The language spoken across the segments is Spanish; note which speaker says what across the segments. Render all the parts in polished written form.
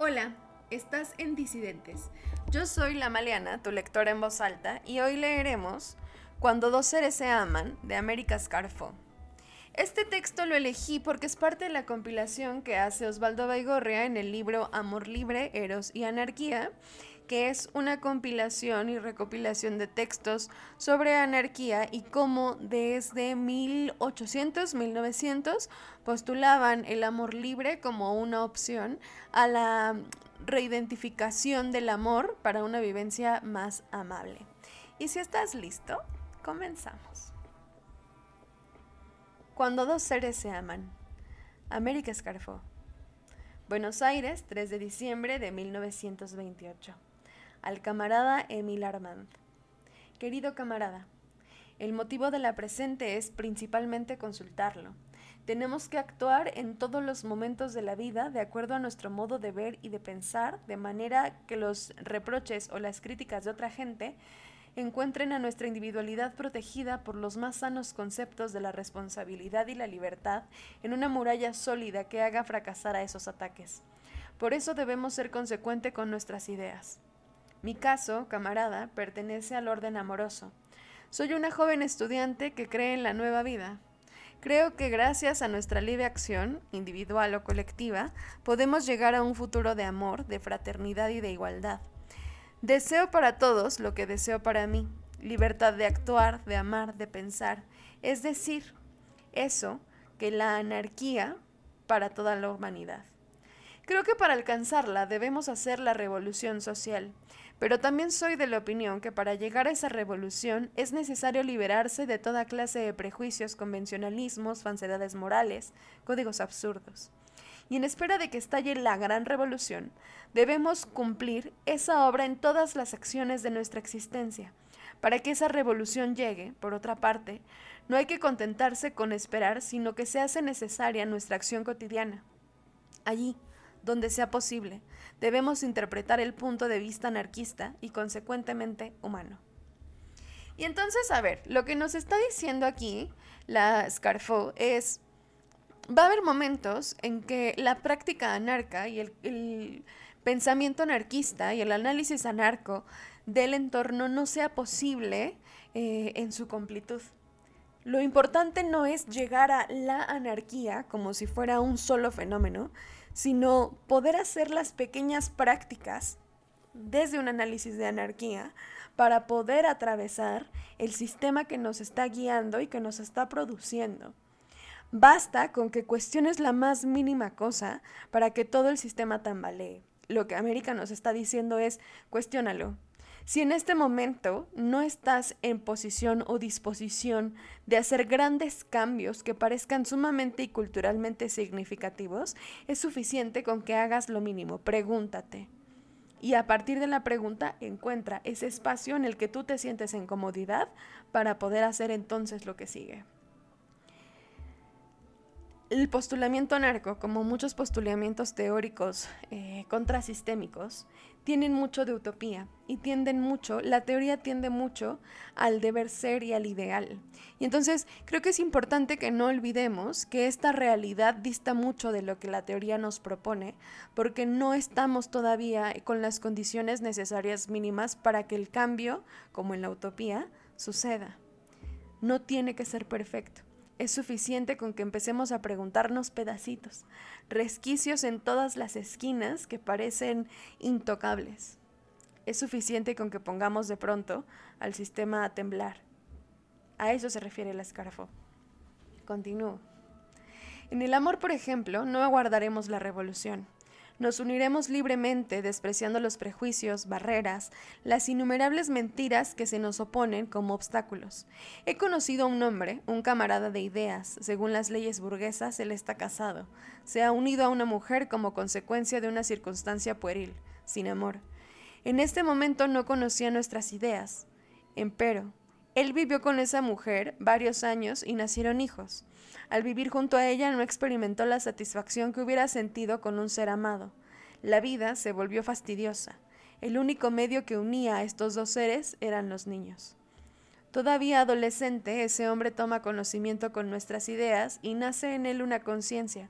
Speaker 1: Hola, estás en Disidentes. Yo soy la Maleana, tu lectora en voz alta, y hoy leeremos Cuando dos seres se aman, de América Scarfo. Este texto lo elegí porque es parte de la compilación que hace Osvaldo Baigorria en el libro Amor Libre, Eros y Anarquía, que es una compilación y recopilación de textos sobre anarquía y cómo desde 1800-1900 postulaban el amor libre como una opción a la reidentificación del amor para una vivencia más amable. Y si estás listo, comenzamos. Cuando dos seres se aman. América Scarfo. Buenos Aires, 3 de diciembre de 1928. Al camarada Emil Armand. Querido camarada, el motivo de la presente es principalmente consultarlo. Tenemos que actuar en todos los momentos de la vida de acuerdo a nuestro modo de ver y de pensar, de manera que los reproches o las críticas de otra gente encuentren a nuestra individualidad protegida por los más sanos conceptos de la responsabilidad y la libertad en una muralla sólida que haga fracasar a esos ataques. Por eso debemos ser consecuentes con nuestras ideas. Mi caso, camarada, pertenece al orden amoroso. Soy una joven estudiante que cree en la nueva vida. Creo que gracias a nuestra libre acción, individual o colectiva, podemos llegar a un futuro de amor, de fraternidad y de igualdad. Deseo para todos lo que deseo para mí, libertad de actuar, de amar, de pensar, es decir, eso que la anarquía para toda la humanidad. Creo que para alcanzarla debemos hacer la revolución social, pero también soy de la opinión que para llegar a esa revolución es necesario liberarse de toda clase de prejuicios, convencionalismos, falsedades morales, códigos absurdos. Y en espera de que estalle la gran revolución, debemos cumplir esa obra en todas las acciones de nuestra existencia. Para que esa revolución llegue, por otra parte, no hay que contentarse con esperar, sino que se hace necesaria nuestra acción cotidiana. Allí, donde sea posible, debemos interpretar el punto de vista anarquista y consecuentemente humano. Y entonces, a ver, lo que nos está diciendo aquí la Scarfo es: va a haber momentos en que la práctica anarca y el pensamiento anarquista y el análisis anarco del entorno no sea posible en su completud. Lo importante no es llegar a la anarquía como si fuera un solo fenómeno, sino poder hacer las pequeñas prácticas desde un análisis de anarquía para poder atravesar el sistema que nos está guiando y que nos está produciendo. Basta con que cuestiones la más mínima cosa para que todo el sistema tambalee. Lo que América nos está diciendo es: cuestiónalo. Si en este momento no estás en posición o disposición de hacer grandes cambios que parezcan sumamente y culturalmente significativos, es suficiente con que hagas lo mínimo. Pregúntate. Y a partir de la pregunta, encuentra ese espacio en el que tú te sientes en comodidad para poder hacer entonces lo que sigue. El postulamiento anarco, como muchos postulamientos teóricos contrasistémicos, tienen mucho de utopía y la teoría tiende mucho al deber ser y al ideal. Y entonces creo que es importante que no olvidemos que esta realidad dista mucho de lo que la teoría nos propone, porque no estamos todavía con las condiciones necesarias mínimas para que el cambio, como en la utopía, suceda. No tiene que ser perfecto. Es suficiente con que empecemos a preguntarnos pedacitos, resquicios en todas las esquinas que parecen intocables. Es suficiente con que pongamos de pronto al sistema a temblar. A eso se refiere la Scarfo. Continúo. En el amor, por ejemplo, no aguardaremos la revolución. Nos uniremos libremente, despreciando los prejuicios, barreras, las innumerables mentiras que se nos oponen como obstáculos. He conocido a un hombre, un camarada de ideas. Según las leyes burguesas, él está casado. Se ha unido a una mujer como consecuencia de una circunstancia pueril, sin amor. En este momento no conocía nuestras ideas. Empero, él vivió con esa mujer varios años y nacieron hijos. Al vivir junto a ella no experimentó la satisfacción que hubiera sentido con un ser amado. La vida se volvió fastidiosa. El único medio que unía a estos dos seres eran los niños. Todavía adolescente, ese hombre toma conocimiento con nuestras ideas y nace en él una conciencia.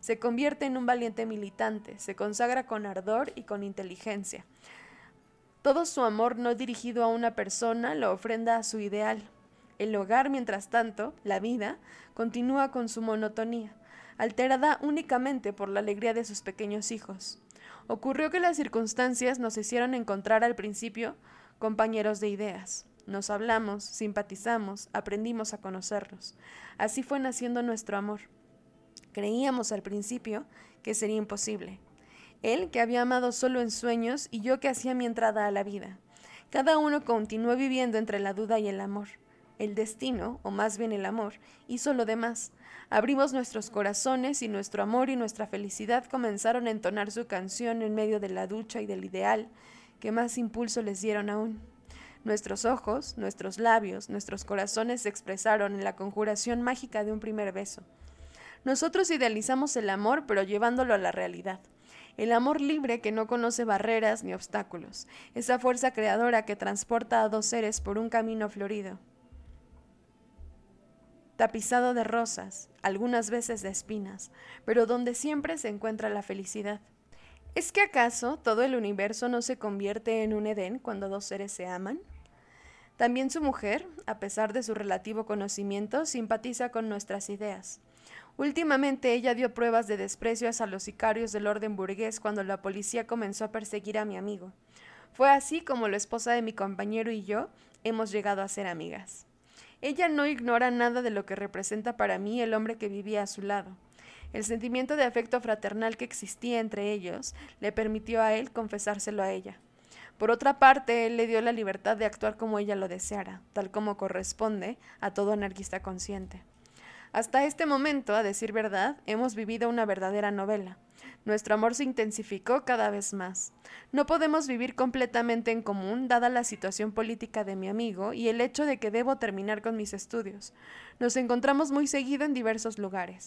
Speaker 1: Se convierte en un valiente militante, se consagra con ardor y con inteligencia. Todo su amor no dirigido a una persona lo ofrenda a su ideal. El hogar, mientras tanto, la vida, continúa con su monotonía, alterada únicamente por la alegría de sus pequeños hijos. Ocurrió que las circunstancias nos hicieron encontrar al principio compañeros de ideas. Nos hablamos, simpatizamos, aprendimos a conocernos. Así fue naciendo nuestro amor. Creíamos al principio que sería imposible. Él, que había amado solo en sueños, y yo que hacía mi entrada a la vida. Cada uno continuó viviendo entre la duda y el amor. El destino, o más bien el amor, hizo lo demás. Abrimos nuestros corazones y nuestro amor y nuestra felicidad comenzaron a entonar su canción en medio de la ducha y del ideal, que más impulso les dieron aún. Nuestros ojos, nuestros labios, nuestros corazones se expresaron en la conjuración mágica de un primer beso. Nosotros idealizamos el amor, pero llevándolo a la realidad. El amor libre que no conoce barreras ni obstáculos, esa fuerza creadora que transporta a dos seres por un camino florido, tapizado de rosas, algunas veces de espinas, pero donde siempre se encuentra la felicidad. ¿Es que acaso todo el universo no se convierte en un Edén cuando dos seres se aman? También su mujer, a pesar de su relativo conocimiento, simpatiza con nuestras ideas. Últimamente ella dio pruebas de desprecio hacia los sicarios del orden burgués cuando la policía comenzó a perseguir a mi amigo. Fue así como la esposa de mi compañero y yo hemos llegado a ser amigas. Ella no ignora nada de lo que representa para mí el hombre que vivía a su lado. El sentimiento de afecto fraternal que existía entre ellos le permitió a él confesárselo a ella. Por otra parte, él le dio la libertad de actuar como ella lo deseara, tal como corresponde a todo anarquista consciente. Hasta este momento, a decir verdad, hemos vivido una verdadera novela. Nuestro amor se intensificó cada vez más. No podemos vivir completamente en común, dada la situación política de mi amigo y el hecho de que debo terminar con mis estudios. Nos encontramos muy seguido en diversos lugares.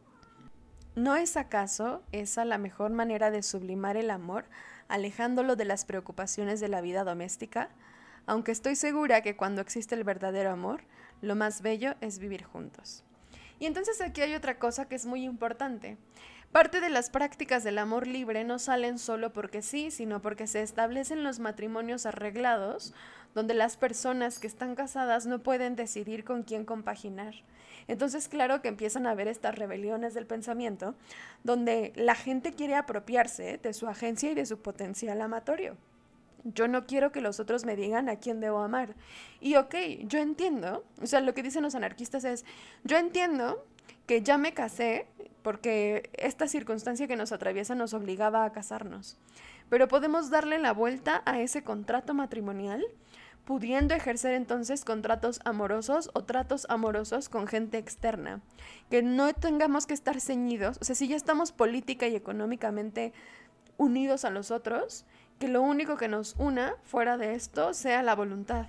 Speaker 1: ¿No es acaso esa la mejor manera de sublimar el amor, alejándolo de las preocupaciones de la vida doméstica? Aunque estoy segura que cuando existe el verdadero amor, lo más bello es vivir juntos. Y entonces aquí hay otra cosa que es muy importante. Parte de las prácticas del amor libre no salen solo porque sí, sino porque se establecen los matrimonios arreglados, donde las personas que están casadas no pueden decidir con quién compaginar. Entonces, claro que empiezan a haber estas rebeliones del pensamiento, donde la gente quiere apropiarse de su agencia y de su potencial amatorio. Yo no quiero que los otros me digan a quién debo amar. Y ok, yo entiendo, o sea, lo que dicen los anarquistas es, yo entiendo que ya me casé porque esta circunstancia que nos atraviesa nos obligaba a casarnos. Pero podemos darle la vuelta a ese contrato matrimonial, pudiendo ejercer entonces contratos amorosos o tratos amorosos con gente externa. Que no tengamos que estar ceñidos, o sea, si ya estamos política y económicamente unidos a los otros, que lo único que nos una fuera de esto sea la voluntad.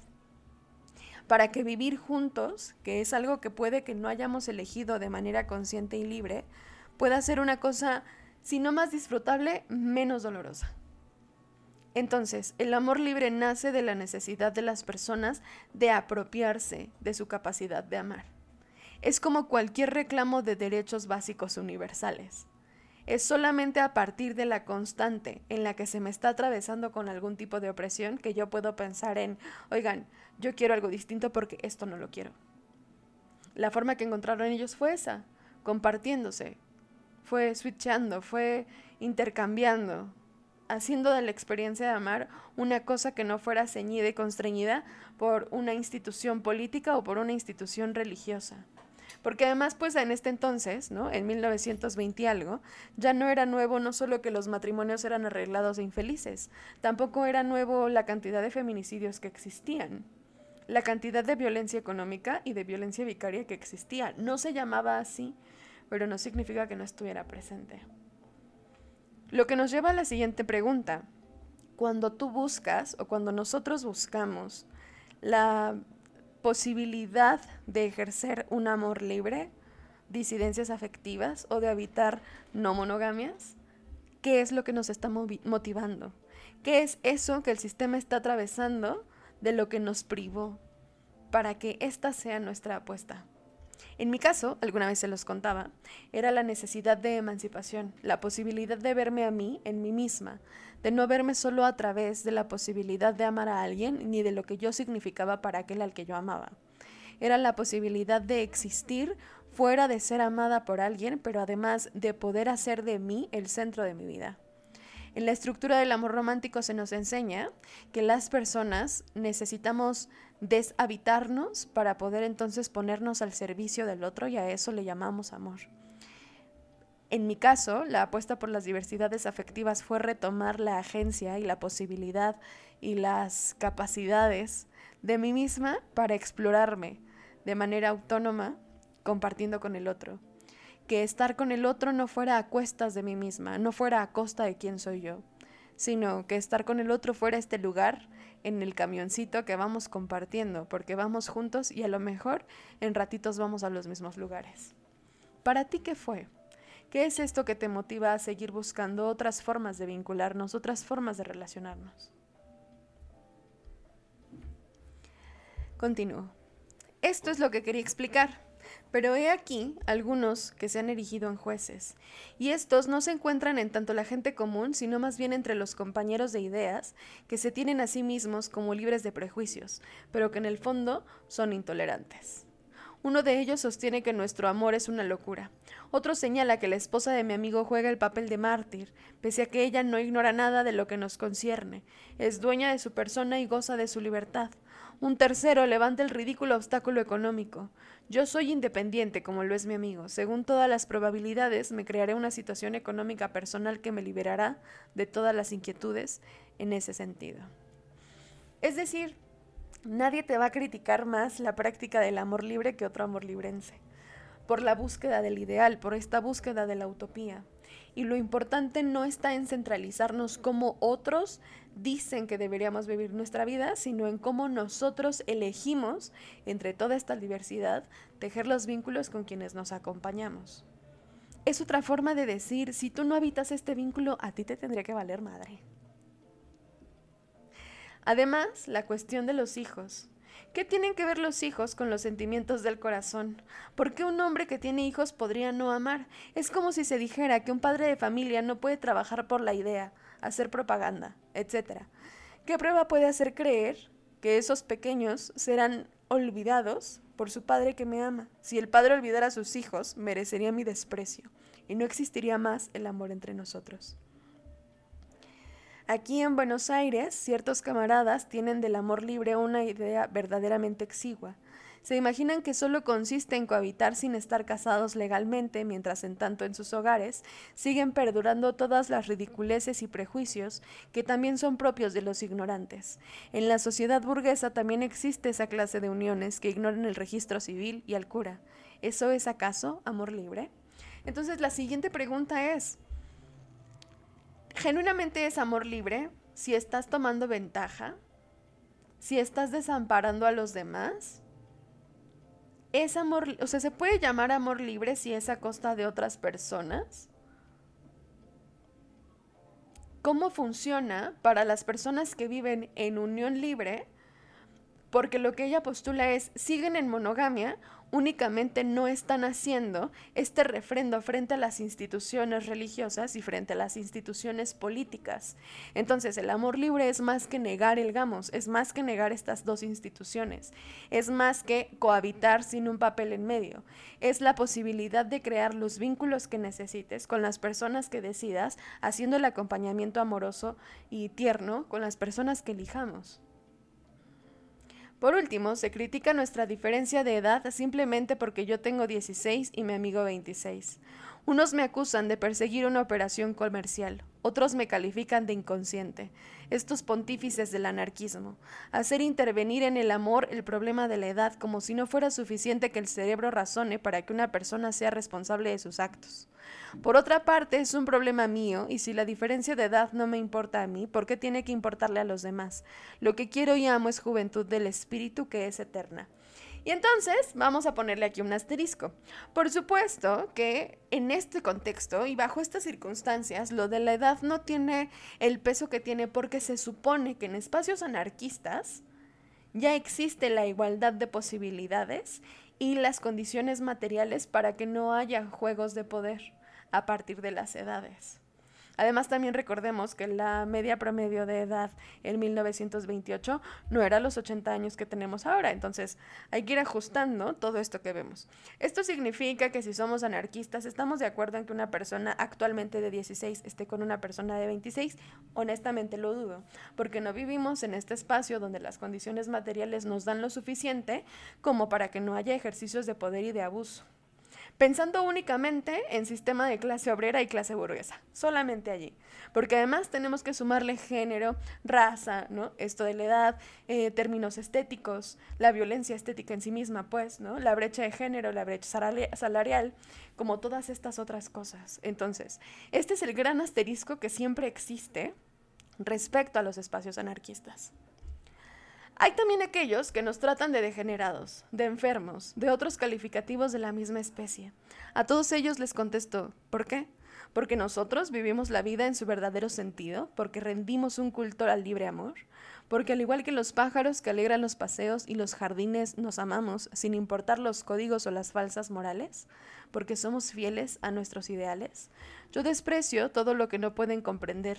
Speaker 1: Para que vivir juntos, que es algo que puede que no hayamos elegido de manera consciente y libre, pueda ser una cosa, si no más disfrutable, menos dolorosa. Entonces, el amor libre nace de la necesidad de las personas de apropiarse de su capacidad de amar. Es como cualquier reclamo de derechos básicos universales. Es solamente a partir de la constante en la que se me está atravesando con algún tipo de opresión que yo puedo pensar en, oigan, yo quiero algo distinto porque esto no lo quiero. La forma que encontraron ellos fue esa, compartiéndose, fue switchando, fue intercambiando, haciendo de la experiencia de amar una cosa que no fuera ceñida y constreñida por una institución política o por una institución religiosa. Porque además, pues en este entonces, ¿no? En 1920 y algo, ya no era nuevo no solo que los matrimonios eran arreglados e infelices, tampoco era nuevo la cantidad de feminicidios que existían, la cantidad de violencia económica y de violencia vicaria que existía. No se llamaba así, pero no significa que no estuviera presente. Lo que nos lleva a la siguiente pregunta. Cuando tú buscas, o cuando nosotros buscamos la posibilidad de ejercer un amor libre, disidencias afectivas o de habitar no monogamias, ¿qué es lo que nos está motivando? ¿Qué es eso que el sistema está atravesando de lo que nos privó para que esta sea nuestra apuesta? En mi caso, alguna vez se los contaba, era la necesidad de emancipación, la posibilidad de verme a mí en mí misma, de no verme solo a través de la posibilidad de amar a alguien ni de lo que yo significaba para aquel al que yo amaba. Era la posibilidad de existir fuera de ser amada por alguien, pero además de poder hacer de mí el centro de mi vida. En la estructura del amor romántico se nos enseña que las personas necesitamos deshabitarnos para poder entonces ponernos al servicio del otro, y a eso le llamamos amor. En mi caso, la apuesta por las diversidades afectivas fue retomar la agencia y la posibilidad y las capacidades de mí misma para explorarme de manera autónoma, compartiendo con el otro. Que estar con el otro no fuera a cuestas de mí misma, no fuera a costa de quién soy yo, sino que estar con el otro fuera este lugar en el camioncito que vamos compartiendo, porque vamos juntos y a lo mejor en ratitos vamos a los mismos lugares. ¿Para ti qué fue? ¿Qué es esto que te motiva a seguir buscando otras formas de vincularnos, otras formas de relacionarnos? Continúo. Esto es lo que quería explicar, pero he aquí algunos que se han erigido en jueces, y estos no se encuentran en tanto la gente común, sino más bien entre los compañeros de ideas que se tienen a sí mismos como libres de prejuicios, pero que en el fondo son intolerantes. Uno de ellos sostiene que nuestro amor es una locura. Otro señala que la esposa de mi amigo juega el papel de mártir, pese a que ella no ignora nada de lo que nos concierne, es dueña de su persona y goza de su libertad. Un tercero levanta el ridículo obstáculo económico. Yo soy independiente, como lo es mi amigo. Según todas las probabilidades, me crearé una situación económica personal que me liberará de todas las inquietudes en ese sentido. Es decir, nadie te va a criticar más la práctica del amor libre que otro amor librense, por la búsqueda del ideal, por esta búsqueda de la utopía. Y lo importante no está en centralizarnos como otros dicen que deberíamos vivir nuestra vida, sino en cómo nosotros elegimos, entre toda esta diversidad, tejer los vínculos con quienes nos acompañamos. Es otra forma de decir, si tú no habitas este vínculo, a ti te tendría que valer madre. Además, la cuestión de los hijos. ¿Qué tienen que ver los hijos con los sentimientos del corazón? ¿Por qué un hombre que tiene hijos podría no amar? Es como si se dijera que un padre de familia no puede trabajar por la idea, hacer propaganda, etc. ¿Qué prueba puede hacer creer que esos pequeños serán olvidados por su padre que me ama? Si el padre olvidara a sus hijos, merecería mi desprecio y no existiría más el amor entre nosotros. Aquí en Buenos Aires, ciertos camaradas tienen del amor libre una idea verdaderamente exigua. Se imaginan que solo consiste en cohabitar sin estar casados legalmente, mientras en tanto en sus hogares siguen perdurando todas las ridiculeces y prejuicios que también son propios de los ignorantes. En la sociedad burguesa también existe esa clase de uniones que ignoran el registro civil y al cura. ¿Eso es acaso amor libre? Entonces la siguiente pregunta es, ¿genuinamente es amor libre si estás tomando ventaja? ¿Si estás desamparando a los demás? ¿Es amor, o sea, se puede llamar amor libre si es a costa de otras personas? ¿Cómo funciona para las personas que viven en unión libre? Porque lo que ella postula es, siguen en monogamia, únicamente no están haciendo este refrendo frente a las instituciones religiosas y frente a las instituciones políticas. Entonces, el amor libre es más que negar el gamos, es más que negar estas dos instituciones, es más que cohabitar sin un papel en medio, es la posibilidad de crear los vínculos que necesites con las personas que decidas, haciendo el acompañamiento amoroso y tierno con las personas que elijamos. Por último, se critica nuestra diferencia de edad simplemente porque yo tengo 16 y mi amigo 26. Unos me acusan de perseguir una operación comercial, otros me califican de inconsciente, estos pontífices del anarquismo, hacer intervenir en el amor el problema de la edad como si no fuera suficiente que el cerebro razone para que una persona sea responsable de sus actos. Por otra parte, es un problema mío, y si la diferencia de edad no me importa a mí, ¿por qué tiene que importarle a los demás? Lo que quiero y amo es juventud del espíritu que es eterna. Y entonces vamos a ponerle aquí un asterisco. Por supuesto que en este contexto y bajo estas circunstancias, lo de la edad no tiene el peso que tiene porque se supone que en espacios anarquistas ya existe la igualdad de posibilidades y las condiciones materiales para que no haya juegos de poder a partir de las edades. Además, también recordemos que la media promedio de edad en 1928 no era los 80 años que tenemos ahora, entonces hay que ir ajustando todo esto que vemos. Esto significa que si somos anarquistas, ¿estamos de acuerdo en que una persona actualmente de 16 esté con una persona de 26? Honestamente lo dudo, porque no vivimos en este espacio donde las condiciones materiales nos dan lo suficiente como para que no haya ejercicios de poder y de abuso. Pensando únicamente en sistema de clase obrera y clase burguesa, solamente allí, porque además tenemos que sumarle género, raza, ¿no? Esto de la edad, términos estéticos, la violencia estética en sí misma, pues, ¿no? La brecha de género, la brecha salarial, como todas estas otras cosas. Entonces, este es el gran asterisco que siempre existe respecto a los espacios anarquistas. Hay también aquellos que nos tratan de degenerados, de enfermos, de otros calificativos de la misma especie. A todos ellos les contesto, ¿por qué? Porque nosotros vivimos la vida en su verdadero sentido, porque rendimos un culto al libre amor, porque al igual que los pájaros que alegran los paseos y los jardines nos amamos sin importar los códigos o las falsas morales, porque somos fieles a nuestros ideales. Yo desprecio todo lo que no pueden comprender,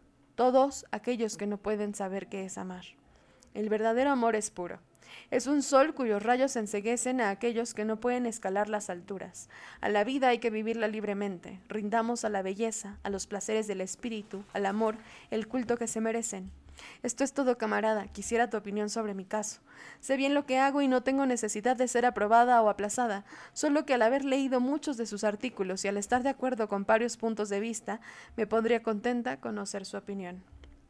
Speaker 1: todos aquellos que no pueden saber qué es amar. El verdadero amor es puro. Es un sol cuyos rayos enceguecen a aquellos que no pueden escalar las alturas. A la vida hay que vivirla libremente. Rindamos a la belleza, a los placeres del espíritu, al amor, el culto que se merecen. Esto es todo, camarada. Quisiera tu opinión sobre mi caso. Sé bien lo que hago y no tengo necesidad de ser aprobada o aplazada, solo que al haber leído muchos de sus artículos y al estar de acuerdo con varios puntos de vista, me pondría contenta conocer su opinión.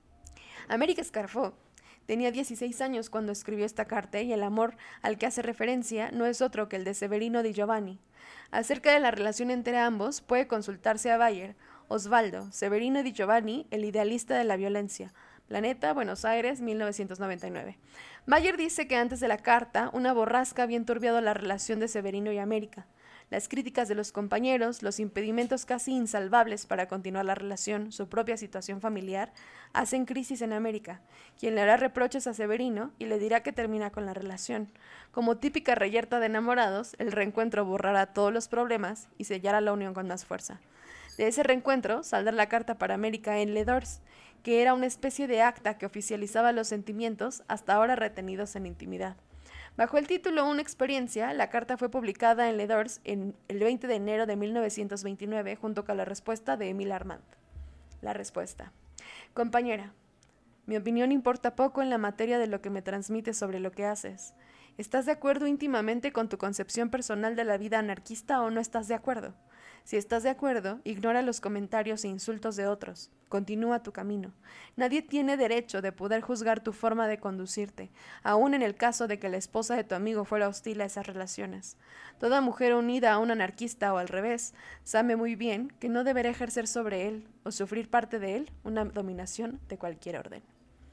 Speaker 1: América Scarfo tenía 16 años cuando escribió esta carta y el amor al que hace referencia no es otro que el de Severino di Giovanni. Acerca de la relación entre ambos puede consultarse a Bayer, Osvaldo, Severino di Giovanni, el idealista de la violencia. Planeta, Buenos Aires, 1999. Bayer dice que antes de la carta, una borrasca había enturbiado la relación de Severino y América. Las críticas de los compañeros, los impedimentos casi insalvables para continuar la relación, su propia situación familiar, hacen crisis en América, quien le hará reproches a Severino y le dirá que termina con la relación. Como típica reyerta de enamorados, el reencuentro borrará todos los problemas y sellará la unión con más fuerza. De ese reencuentro saldrá la carta para América en Le Dors, que era una especie de acta que oficializaba los sentimientos hasta ahora retenidos en intimidad. Bajo el título Una experiencia, la carta fue publicada en Le Dors el 20 de enero de 1929 junto con la respuesta de Émile Armand. La respuesta. Compañera, mi opinión importa poco en la materia de lo que me transmites sobre lo que haces. ¿Estás de acuerdo íntimamente con tu concepción personal de la vida anarquista o no estás de acuerdo? Si estás de acuerdo, ignora los comentarios e insultos de otros. Continúa tu camino. Nadie tiene derecho de poder juzgar tu forma de conducirte, aun en el caso de que la esposa de tu amigo fuera hostil a esas relaciones. Toda mujer unida a un anarquista o al revés sabe muy bien que no deberá ejercer sobre él o sufrir parte de él una dominación de cualquier orden.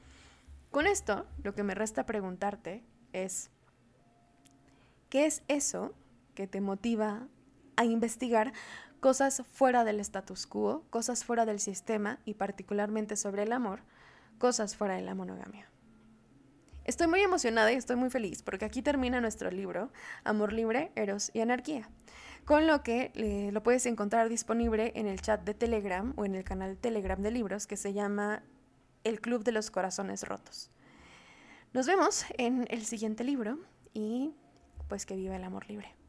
Speaker 1: Con esto, lo que me resta preguntarte es, ¿qué es eso que te motiva a investigar cosas fuera del status quo, cosas fuera del sistema y particularmente sobre el amor, cosas fuera de la monogamia? Estoy muy emocionada y estoy muy feliz porque aquí termina nuestro libro Amor Libre, Eros y Anarquía, con lo que lo puedes encontrar disponible en el chat de Telegram o en el canal Telegram de libros que se llama El Club de los Corazones Rotos. Nos vemos en el siguiente libro y pues que viva el amor libre.